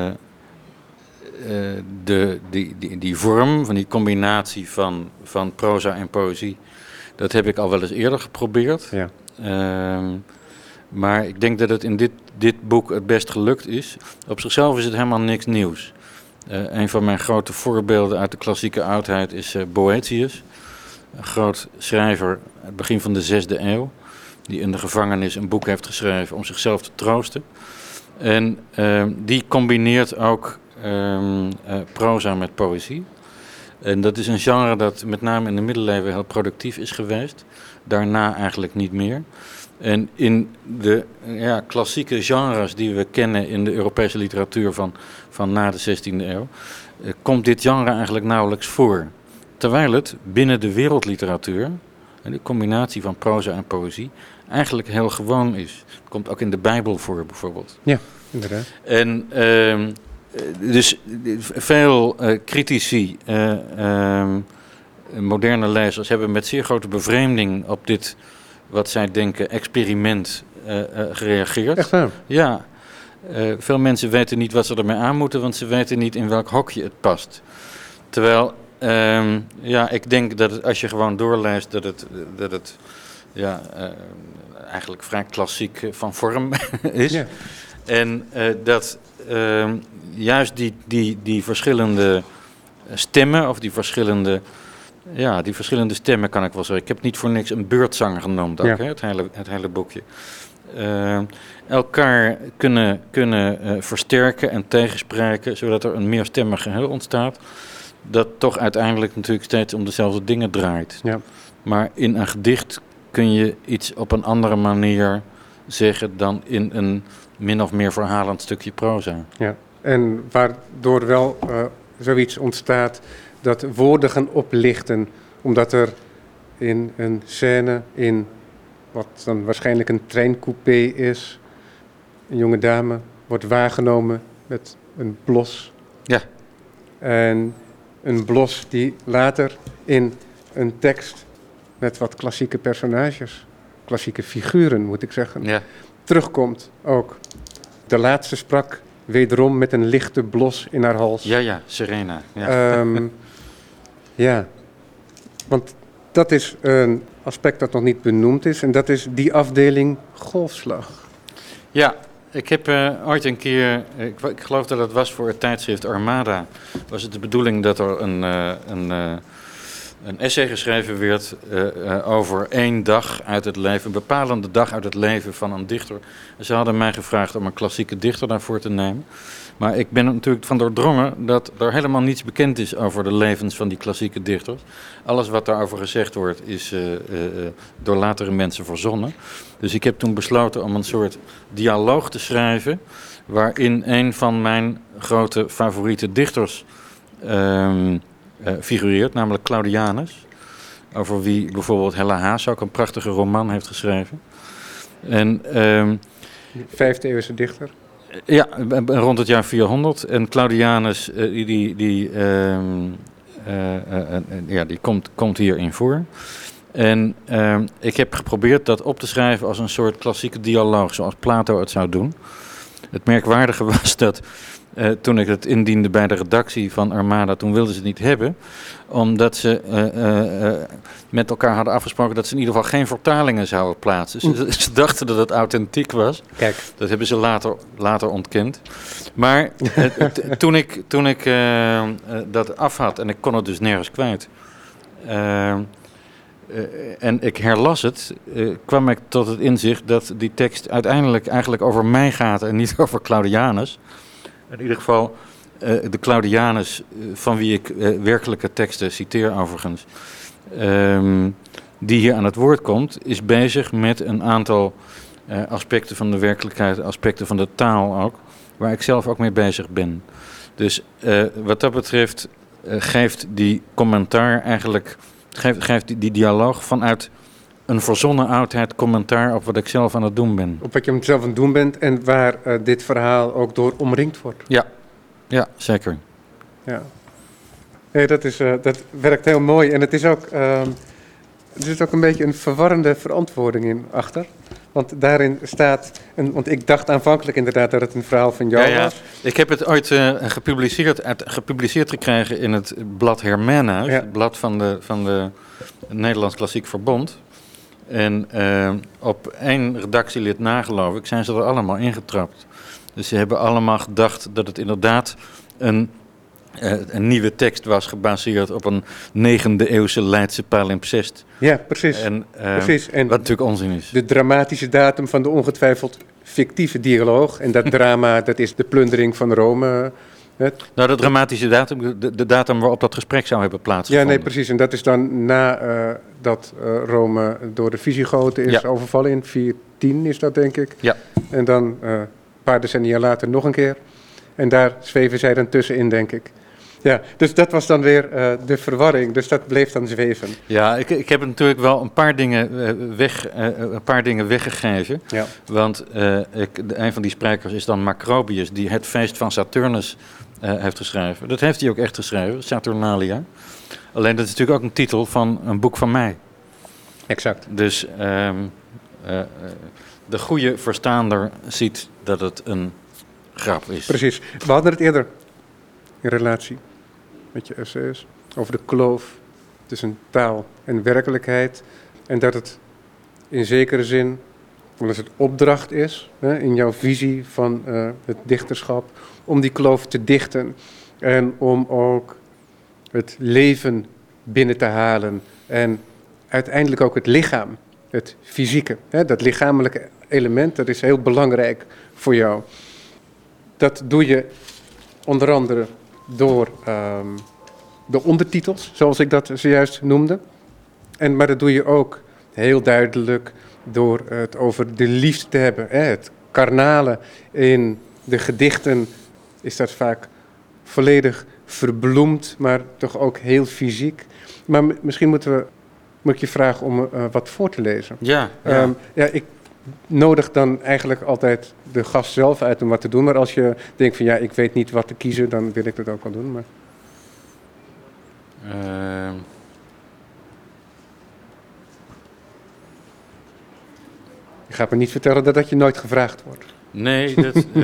die vorm van die combinatie van proza en poëzie, dat heb ik al wel eens eerder geprobeerd. Ja. Maar ik denk dat het in dit boek het best gelukt is. Op zichzelf is het helemaal niks nieuws. Een van mijn grote voorbeelden uit de klassieke oudheid is Boëthius. Een groot schrijver uit het begin van de 6e eeuw. Die in de gevangenis een boek heeft geschreven om zichzelf te troosten. En die combineert ook proza met poëzie. En dat is een genre dat met name in de middeleeuwen heel productief is geweest. Daarna eigenlijk niet meer. En in de klassieke genres die we kennen in de Europese literatuur van na de 16e eeuw... komt dit genre eigenlijk nauwelijks voor. Terwijl het binnen de wereldliteratuur, de combinatie van proza en poëzie, eigenlijk heel gewoon is. Het komt ook in de Bijbel voor bijvoorbeeld. Ja, inderdaad. En dus veel critici, moderne lezers hebben met zeer grote bevreemding op dit, wat zij denken, experiment gereageerd. Echt waar? Ja. Veel mensen weten niet wat ze ermee aan moeten, want ze weten niet in welk hokje het past. Terwijl, ik denk dat het, als je gewoon doorleest, dat het eigenlijk vrij klassiek van vorm is. Ja. En dat juist die verschillende stemmen, of die verschillende stemmen kan ik wel zeggen. Ik heb niet voor niks een beurtzanger genoemd, ook, het hele boekje. Elkaar kunnen versterken en tegenspreken, zodat er een meerstemmig geheel ontstaat. Dat toch uiteindelijk natuurlijk steeds om dezelfde dingen draait. Ja. Maar in een gedicht kun je iets op een andere manier zeggen dan in een min of meer verhalend stukje proza. Ja, en waardoor wel zoiets ontstaat dat woorden gaan oplichten, omdat er in een scène, in wat dan waarschijnlijk een treincoupé is, een jonge dame wordt waargenomen met een blos. Ja. En een blos die later in een tekst met wat klassieke personages, klassieke figuren moet ik zeggen, terugkomt ook. De laatste sprak wederom met een lichte blos in haar hals. Ja, Serena. Ja. Ja, want dat is een aspect dat nog niet benoemd is en dat is die afdeling golfslag. Ja, ik heb ooit een keer, ik geloof dat het was voor het tijdschrift Armada, was het de bedoeling dat er een essay geschreven werd over één dag uit het leven, een bepalende dag uit het leven van een dichter. Ze hadden mij gevraagd om een klassieke dichter daarvoor te nemen. Maar ik ben er natuurlijk van doordrongen dat er helemaal niets bekend is over de levens van die klassieke dichters. Alles wat daarover gezegd wordt is door latere mensen verzonnen. Dus ik heb toen besloten om een soort dialoog te schrijven waarin een van mijn grote favoriete dichters figureert, namelijk Claudianus. Over wie bijvoorbeeld Hella Haas ook een prachtige roman heeft geschreven. En 5e eeuwse dichter. Ja, rond het jaar 400. En Claudianus, die komt hierin voor. En ik heb geprobeerd dat op te schrijven als een soort klassieke dialoog, zoals Plato het zou doen. Het merkwaardige was dat toen ik het indiende bij de redactie van Armada, toen wilden ze het niet hebben, omdat ze met elkaar hadden afgesproken dat ze in ieder geval geen vertalingen zouden plaatsen. Ze dachten dat het authentiek was. Kijk. Dat hebben ze later ontkend. Maar toen ik dat af had en ik kon het dus nergens kwijt, en ik herlas het, kwam ik tot het inzicht dat die tekst uiteindelijk eigenlijk over mij gaat en niet over Claudianus. In ieder geval de Claudianus, van wie ik werkelijke teksten citeer overigens, die hier aan het woord komt, is bezig met een aantal aspecten van de werkelijkheid, aspecten van de taal ook, waar ik zelf ook mee bezig ben. Dus wat dat betreft geeft die commentaar eigenlijk, geeft die dialoog vanuit een verzonnen oudheid commentaar op wat ik zelf aan het doen ben. Op wat je zelf aan het doen bent en waar dit verhaal ook door omringd wordt. Ja, zeker. Ja. Nee, dat werkt heel mooi. En het is ook, er zit ook een beetje een verwarrende verantwoording in achter. Want daarin staat, want ik dacht aanvankelijk inderdaad dat het een verhaal van jou was. Ik heb het ooit gepubliceerd gekregen in het blad Hermena, het blad van de Nederlands Klassiek Verbond. En op 1 redactielid na, geloof ik, zijn ze er allemaal ingetrapt. Dus ze hebben allemaal gedacht dat het inderdaad een nieuwe tekst was gebaseerd op een 9e-eeuwse Leidse palimpsest. Ja, precies. Precies. En wat natuurlijk onzin is. De dramatische datum van de ongetwijfeld fictieve dialoog. En dat drama, dat is de plundering van Rome. Nou, de dramatische datum, de datum waarop dat gesprek zou hebben plaatsgevonden. Ja, nee, precies. En dat is dan nadat Rome door de Visigoten is overvallen. In 410 is dat, denk ik. Ja. En dan een paar decennia later nog een keer. En daar zweven zij dan tussenin, denk ik. Ja, dus dat was dan weer de verwarring. Dus dat bleef dan zweven. Ja, ik heb natuurlijk wel een paar dingen weggegeven. Ja. Want een van die sprekers is dan Macrobius, die het feest van Saturnus heeft geschreven. Dat heeft hij ook echt geschreven, Saturnalia. Alleen dat is natuurlijk ook een titel van een boek van mij. Exact. Dus de goede verstaander ziet dat het een grap is. Precies. We hadden het eerder in relatie met je essays over de kloof tussen taal en werkelijkheid. En dat het in zekere zin, als het opdracht is, in jouw visie van het dichterschap, om die kloof te dichten. En om ook het leven binnen te halen. En uiteindelijk ook het lichaam, het fysieke. Dat lichamelijke element, dat is heel belangrijk voor jou. Dat doe je onder andere door de ondertitels, zoals ik dat zojuist noemde. Maar dat doe je ook heel duidelijk door het over de liefde te hebben. Het carnale in de gedichten is dat vaak volledig verbloemd, maar toch ook heel fysiek. Maar misschien moet ik je vragen om wat voor te lezen. Ja. Ik nodig dan eigenlijk altijd de gast zelf uit om wat te doen. Maar als je denkt van ik weet niet wat te kiezen, dan wil ik dat ook wel doen. Maar... Je gaat me niet vertellen dat je nooit gevraagd wordt. Nee,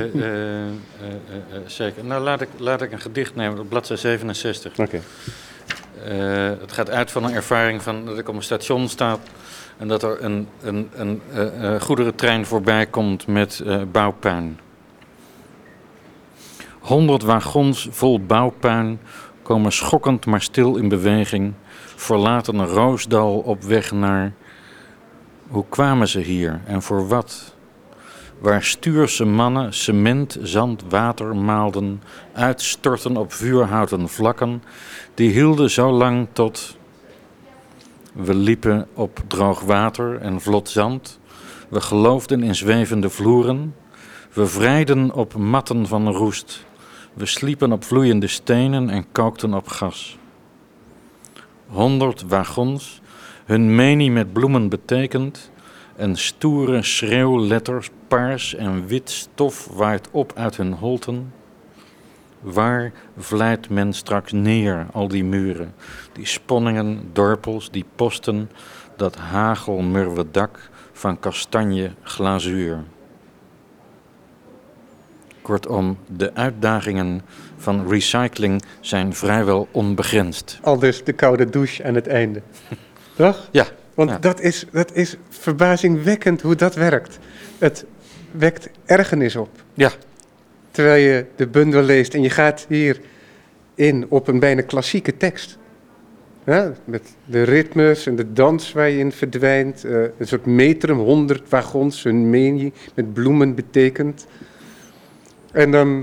zeker. Nou, laat ik een gedicht nemen op bladzijde 67. Oké. Het gaat uit van een ervaring van dat ik op een station sta en dat er een goederentrein voorbij komt met bouwpuin. 100 wagons vol bouwpuin komen schokkend maar stil in beweging, verlaten een roosdal op weg naar... Hoe kwamen ze hier en voor wat? Waar stuurse mannen cement, zand, water maalden, uitstortten op vuurhouten vlakken, die hielden zo lang tot... We liepen op droog water en vlot zand, we geloofden in zwevende vloeren, we vrijden op matten van roest, we sliepen op vloeiende stenen en kookten op gas. 100 wagons, hun menie met bloemen betekend, en stoere schreeuwletters, paars en wit stof waait op uit hun holten. Waar vlijt men straks neer, al die muren, die sponningen, dorpels, die posten, dat hagelmurwe dak van kastanje glazuur. Kortom, de uitdagingen van recycling zijn vrijwel onbegrensd. Aldus de koude douche aan het einde. Toch? Ja. Want dat is verbazingwekkend hoe dat werkt. Het wekt ergernis op. Ja. Terwijl je de bundel leest en je gaat hier in op een bijna klassieke tekst. Ja, met de ritmes en de dans waar je in verdwijnt. Een soort metrum, 100 wagons, een menie met bloemen betekent. En dan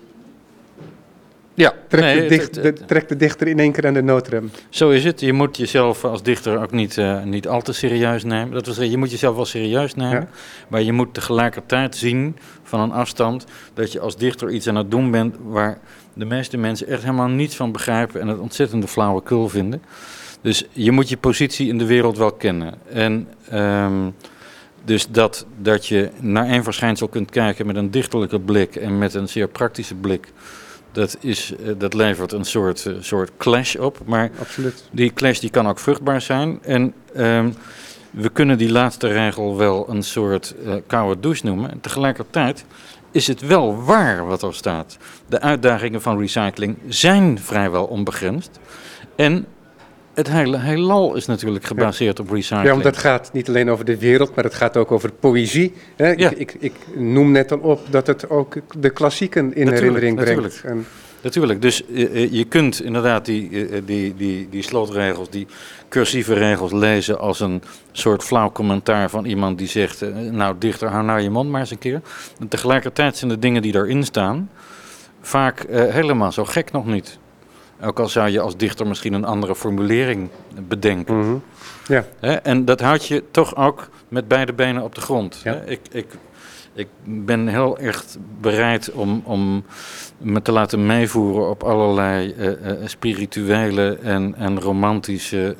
trekt de dichter in één keer aan de noodrem. Zo is het. Je moet jezelf als dichter ook niet al te serieus nemen. Dat wil zeggen, je moet jezelf wel serieus nemen. Ja. Maar je moet tegelijkertijd zien van een afstand dat je als dichter iets aan het doen bent waar de meeste mensen echt helemaal niets van begrijpen en het ontzettende flauwekul vinden. Dus je moet je positie in de wereld wel kennen. En dus dat je naar één verschijnsel kunt kijken met een dichterlijke blik en met een zeer praktische blik. Dat levert een soort clash op. Maar absoluut. Die clash die kan ook vruchtbaar zijn. En we kunnen die laatste regel wel een soort koude douche noemen. En tegelijkertijd is het wel waar wat er staat. De uitdagingen van recycling zijn vrijwel onbegrensd. En Het hele heelal is natuurlijk gebaseerd op recycling. Ja, want dat gaat niet alleen over de wereld, maar het gaat ook over poëzie. Hè? Ja. Ik noem net al op dat het ook de klassieken in herinnering brengt. Natuurlijk, dus je kunt inderdaad die slotregels, die cursieve regels lezen als een soort flauw commentaar van iemand die zegt, nou dichter, hou nou je mond maar eens een keer. En tegelijkertijd zijn de dingen die daarin staan vaak helemaal zo gek nog niet. Ook al zou je als dichter misschien een andere formulering bedenken. Mm-hmm. Ja. En dat houdt je toch ook met beide benen op de grond. Ja. Ik ben heel erg bereid om me te laten meevoeren op allerlei spirituele en romantische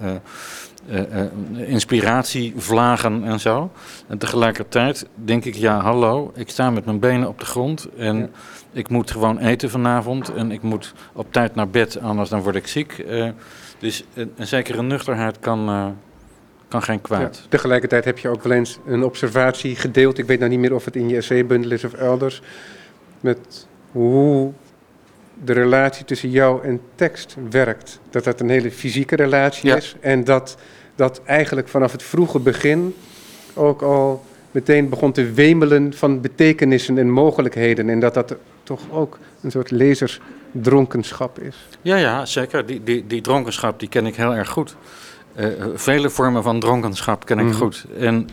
inspiratievlagen en zo. En tegelijkertijd denk ik, ja hallo, ik sta met mijn benen op de grond en ik moet gewoon eten vanavond en ik moet op tijd naar bed, anders dan word ik ziek. Dus een zekere nuchterheid kan geen kwaad. Ja, tegelijkertijd heb je ook wel eens een observatie gedeeld. Ik weet nou niet meer of het in je essaybundel is of elders. Met hoe de relatie tussen jou en tekst werkt. Dat dat een hele fysieke relatie is. En dat eigenlijk vanaf het vroege begin ook al meteen begon te wemelen van betekenissen en mogelijkheden. En dat toch ook een soort lezersdronkenschap is. Ja, zeker. Die dronkenschap die ken ik heel erg goed. Vele vormen van dronkenschap ken ik goed. En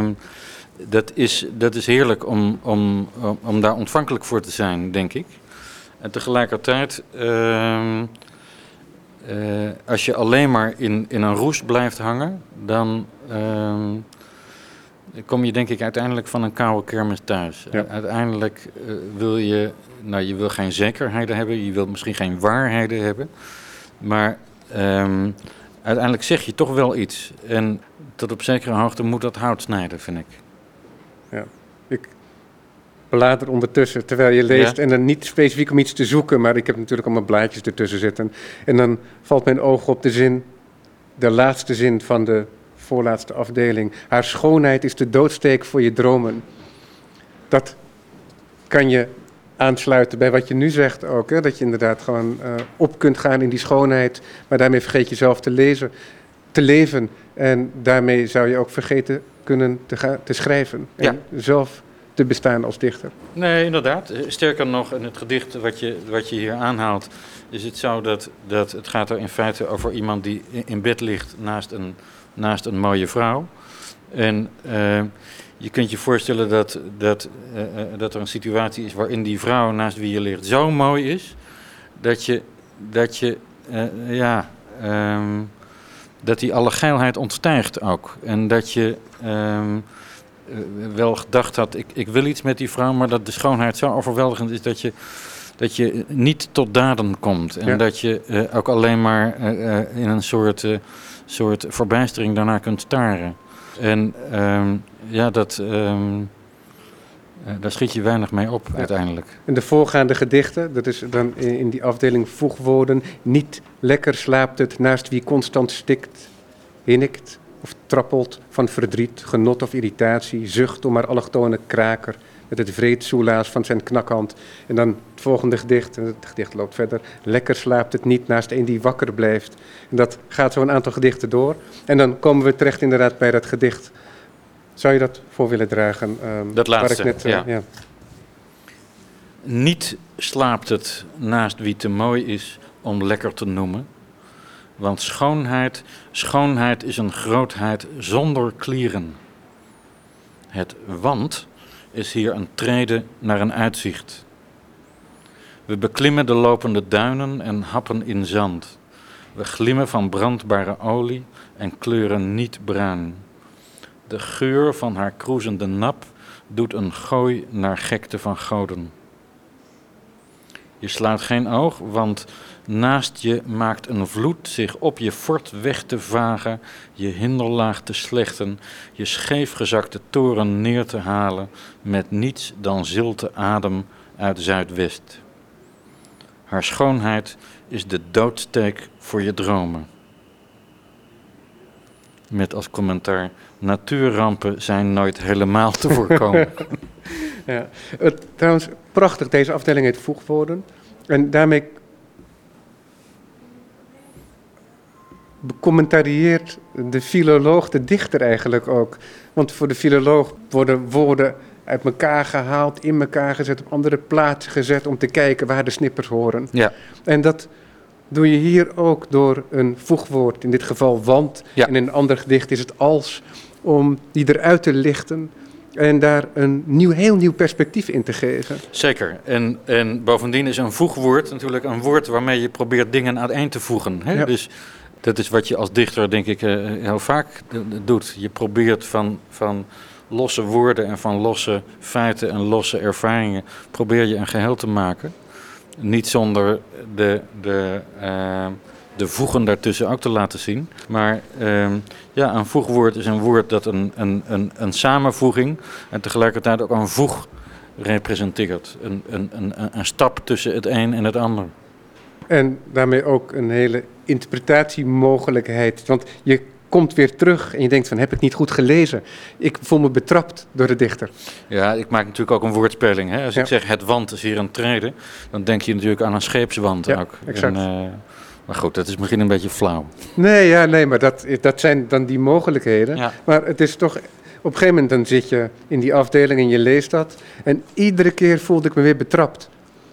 dat is heerlijk om daar ontvankelijk voor te zijn, denk ik. En tegelijkertijd, als je alleen maar in een roes blijft hangen, dan kom je denk ik uiteindelijk van een koude kermis thuis. Ja. Uiteindelijk wil je wil geen zekerheden hebben, je wilt misschien geen waarheden hebben, maar uiteindelijk zeg je toch wel iets. En tot op zekere hoogte moet dat hout snijden, vind ik. Ja, ik blader ondertussen terwijl je leest en dan niet specifiek om iets te zoeken, maar ik heb natuurlijk allemaal blaadjes ertussen zitten. En dan valt mijn oog op de laatste zin van de voorlaatste afdeling. Haar schoonheid is de doodsteek voor je dromen. Dat kan je aansluiten bij wat je nu zegt ook. Hè? Dat je inderdaad gewoon op kunt gaan in die schoonheid, maar daarmee vergeet je zelf te leven. En daarmee zou je ook vergeten kunnen te schrijven. En zelf te bestaan als dichter. Nee, inderdaad. Sterker nog, in het gedicht wat je hier aanhaalt, is het zo dat het gaat er in feite over iemand die in bed ligt naast een mooie vrouw. En je kunt je voorstellen dat er een situatie is waarin die vrouw naast wie je ligt zo mooi is, dat die alle geilheid ontstijgt ook. En dat je wel gedacht had, ik wil iets met die vrouw, maar dat de schoonheid zo overweldigend is dat je niet tot daden komt. En dat je ook alleen maar in een soort verbijstering daarna kunt staren. En daar schiet je weinig mee op uiteindelijk. En de voorgaande gedichten, dat is dan in die afdeling voegwoorden. Niet lekker slaapt het naast wie constant stikt, hinnikt of trappelt van verdriet, genot of irritatie, zucht om haar allochtone kraker met het vreed soelaas van zijn knakhand. En dan het volgende gedicht, en het gedicht loopt verder. Lekker slaapt het niet naast een die wakker blijft. En dat gaat zo een aantal gedichten door. En dan komen we terecht inderdaad bij dat gedicht. Zou je dat voor willen dragen? Dat laatste, waar ik net, ja. Niet slaapt het naast wie te mooi is om lekker te noemen. Want schoonheid is een grootheid zonder klieren. Het want is hier een trede naar een uitzicht. We beklimmen de lopende duinen en happen in zand. We glimmen van brandbare olie en kleuren niet bruin. De geur van haar kroezende nap doet een gooi naar gekte van goden. Je slaat geen oog, want naast je maakt een vloed zich op je fort weg te vagen, je hinderlaag te slechten, je scheefgezakte toren neer te halen met niets dan zilte adem uit Zuidwest. Haar schoonheid is de doodsteek voor je dromen. Met als commentaar, natuurrampen zijn nooit helemaal te voorkomen. Ja. Trouwens, prachtig, deze afdeling heet voegwoorden. En daarmee becommentarieert de filoloog, de dichter eigenlijk ook. Want voor de filoloog worden woorden uit elkaar gehaald, in elkaar gezet, op andere plaatsen gezet om te kijken waar de snippers horen. Ja. En dat doe je hier ook door een voegwoord, in dit geval want, Ja. en in een ander gedicht is het als, om die eruit te lichten en daar een heel nieuw perspectief in te geven. Zeker. En bovendien is een voegwoord natuurlijk een woord waarmee je probeert dingen uiteen te voegen. Hè? Ja. Dus dat is wat je als dichter, denk ik, heel vaak doet. Je probeert van losse woorden en van losse feiten en losse ervaringen, probeer je een geheel te maken. Niet zonder de voegen daartussen ook te laten zien. Maar een voegwoord is een woord dat een samenvoeging en tegelijkertijd ook een voeg representeert. Een stap tussen het een en het ander. En daarmee ook een hele interpretatiemogelijkheid. Want je komt weer terug en je denkt van, heb ik niet goed gelezen? Ik voel me betrapt door de dichter. Ja, ik maak natuurlijk ook een woordspeling. Hè? Als ik zeg het want is hier een trede, dan denk je natuurlijk aan een scheepswand ook. Exact. Maar goed, dat is misschien een beetje flauw. Nee, maar dat zijn dan die mogelijkheden. Ja. Maar het is toch, op een gegeven moment dan zit je in die afdeling en je leest dat. En iedere keer voelde ik me weer betrapt.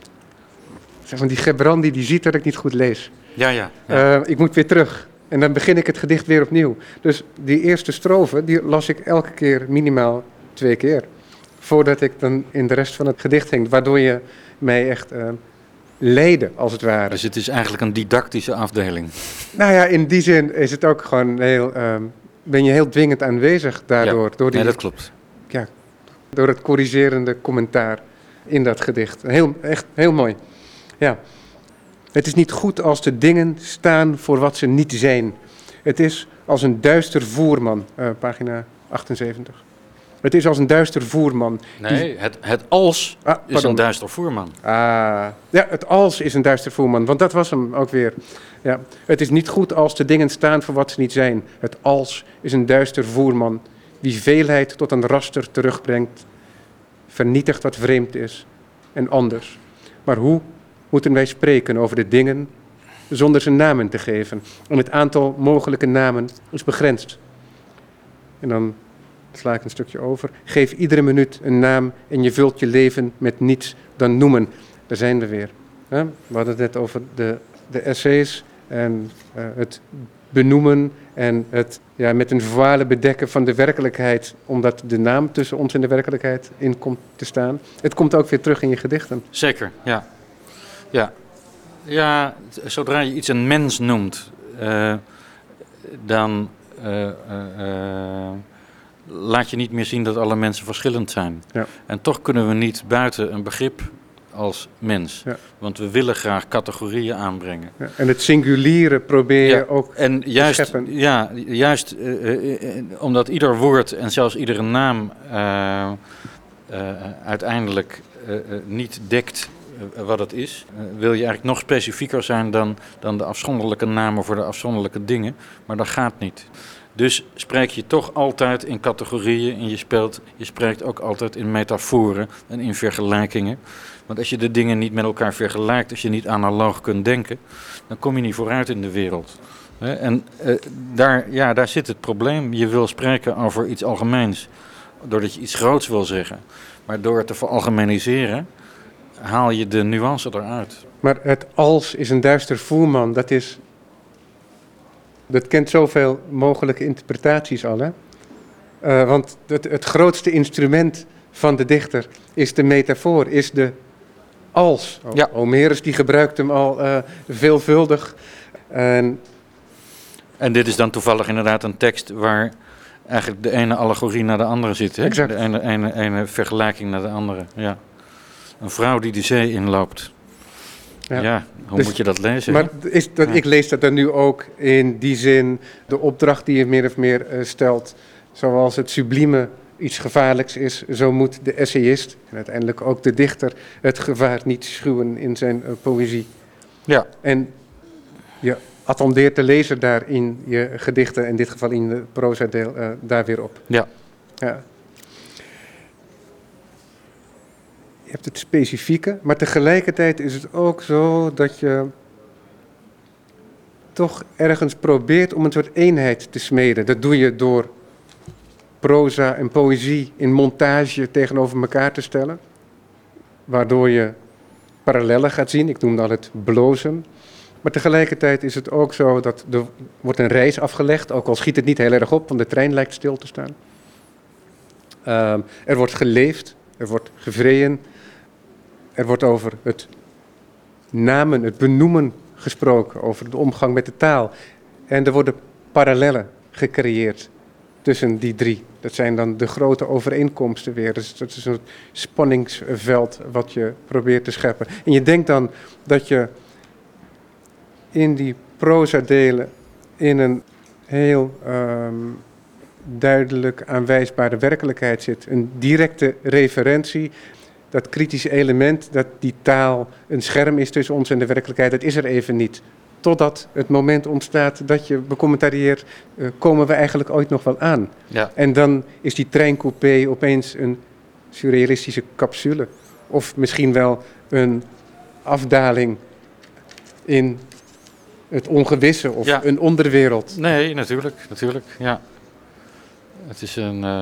Zeg van die Gebrandi, die ziet dat ik niet goed lees. Ja. Ik moet weer terug. En dan begin ik het gedicht weer opnieuw. Dus die eerste strofe, die las ik elke keer minimaal 2 keer. Voordat ik dan in de rest van het gedicht ging. Waardoor je mij echt leidde, als het ware. Dus het is eigenlijk een didactische afdeling. Nou ja, in die zin is het ook gewoon ben je heel dwingend aanwezig daardoor. Ja, Door die, nee, dat klopt. Ja, door het corrigerende commentaar in dat gedicht. Echt heel mooi. Ja. Het is niet goed als de dingen staan voor wat ze niet zijn. Het is als een duister voerman, pagina 78. Het is als een duister voerman. Nee, het als is een duister voerman. Ja, het als is een duister voerman, want dat was hem ook weer. Ja. Het is niet goed als de dingen staan voor wat ze niet zijn. Het als is een duister voerman, wie veelheid tot een raster terugbrengt, vernietigt wat vreemd is en anders. Maar hoe moeten wij spreken over de dingen zonder ze namen te geven? En het aantal mogelijke namen is begrensd. En dan sla ik een stukje over. Geef iedere minuut een naam en je vult je leven met niets dan noemen. Daar zijn we weer. We hadden het net over de essays en het benoemen en het met een voile bedekken van de werkelijkheid, omdat de naam tussen ons en de werkelijkheid in komt te staan. Het komt ook weer terug in je gedichten. Zeker, ja. Ja, zodra je iets een mens noemt, dan laat je niet meer zien dat alle mensen verschillend zijn. Ja. En toch kunnen we niet buiten een begrip als mens. Ja. Want we willen graag categorieën aanbrengen. Ja. En het singuliere probeer je ook en juist, te scheppen. Ja, juist omdat ieder woord en zelfs iedere naam uiteindelijk niet dekt wat het is, wil je eigenlijk nog specifieker zijn dan de afzonderlijke namen voor de afzonderlijke dingen. Maar dat gaat niet. Dus spreek je toch altijd in categorieën en je spreekt ook altijd in metaforen en in vergelijkingen. Want als je de dingen niet met elkaar vergelijkt, als je niet analoog kunt denken, dan kom je niet vooruit in de wereld. En daar zit het probleem. Je wil spreken over iets algemeens, doordat je iets groots wil zeggen. Maar door het te veralgemeniseren, haal je de nuance eruit. Maar het als is een duister voerman, dat kent zoveel mogelijke interpretaties al. Hè? Want het grootste instrument van de dichter is de metafoor, is de als. Ja. Homerus die gebruikt hem al veelvuldig. En dit is dan toevallig inderdaad een tekst waar eigenlijk de ene allegorie naar de andere zit. Hè? Exact. De ene vergelijking naar de andere. Ja. Een vrouw die de zee inloopt. Ja, hoe moet je dat lezen? Maar ik lees dat dan nu ook in die zin, de opdracht die je meer of meer stelt, zoals het sublieme iets gevaarlijks is, zo moet de essayist en uiteindelijk ook de dichter het gevaar niet schuwen in zijn poëzie. Ja. En je attendeert de lezer daar in je gedichten, in dit geval in het proza-deel, daar weer op. Ja. Je hebt het specifieke, maar tegelijkertijd is het ook zo dat je toch ergens probeert om een soort eenheid te smeden. Dat doe je door proza en poëzie in montage tegenover elkaar te stellen. Waardoor je parallellen gaat zien. Ik noemde al het blozen. Maar tegelijkertijd is het ook zo dat er wordt een reis afgelegd. Ook al schiet het niet heel erg op, want de trein lijkt stil te staan. Er wordt geleefd, er wordt gevreden. Er wordt over het namen, het benoemen gesproken, over de omgang met de taal. En er worden parallellen gecreëerd tussen die drie. Dat zijn dan de grote overeenkomsten weer. Dus dat is een spanningsveld wat je probeert te scheppen. En je denkt dan dat je in die proza-delen in een heel duidelijk aanwijsbare werkelijkheid zit. Een directe referentie. Dat kritische element, dat die taal een scherm is tussen ons en de werkelijkheid, dat is er even niet. Totdat het moment ontstaat dat je becommentarieert, komen we eigenlijk ooit nog wel aan? Ja. En dan is die treincoupé opeens een surrealistische capsule. Of misschien wel een afdaling in het ongewisse of een onderwereld. Nee, natuurlijk, ja. Het is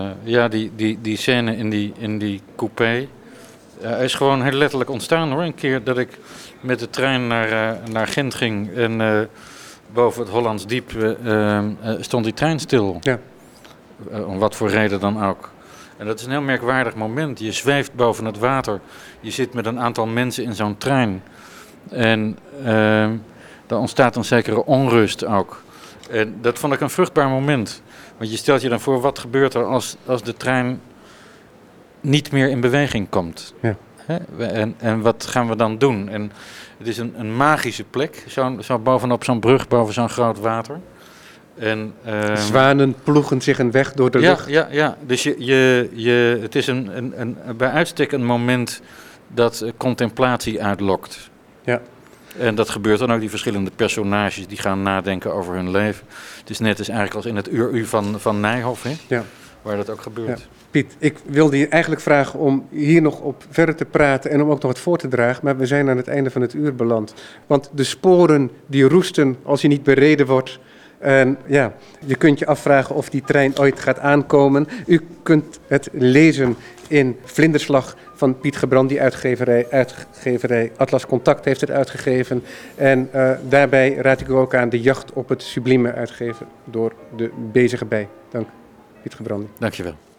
die scène in die coupé is gewoon heel letterlijk ontstaan hoor. Een keer dat ik met de trein naar Gent ging en boven het Hollands Diep stond die trein stil. Ja. Om wat voor reden dan ook. En dat is een heel merkwaardig moment. Je zweeft boven het water. Je zit met een aantal mensen in zo'n trein. En er ontstaat een zekere onrust ook. En dat vond ik een vruchtbaar moment. Want je stelt je dan voor, wat gebeurt er als de trein niet meer in beweging komt? Ja. En wat gaan we dan doen? En het is een magische plek, zo bovenop zo'n brug, boven zo'n groot water. En, zwanen ploegen zich een weg door de lucht. Ja. Dus het is bij uitstek een moment dat contemplatie uitlokt. Ja. En dat gebeurt dan ook, die verschillende personages die gaan nadenken over hun leven. Het is net als eigenlijk als in het uur van Nijhoff, hè? Ja. Waar dat ook gebeurt. Ja. Piet, ik wilde je eigenlijk vragen om hier nog op verder te praten en om ook nog wat voor te dragen, maar we zijn aan het einde van het uur beland. Want de sporen die roesten als je niet bereden wordt. En ja, je kunt je afvragen of die trein ooit gaat aankomen. U kunt het lezen in Vlinderslag van Piet Gebrandi, uitgeverij Atlas Contact heeft het uitgegeven. En daarbij raad ik u ook aan De Jacht op het Sublieme, uitgegeven door De Bezige Bij. Dank, Piet Gebrandi. Dankjewel.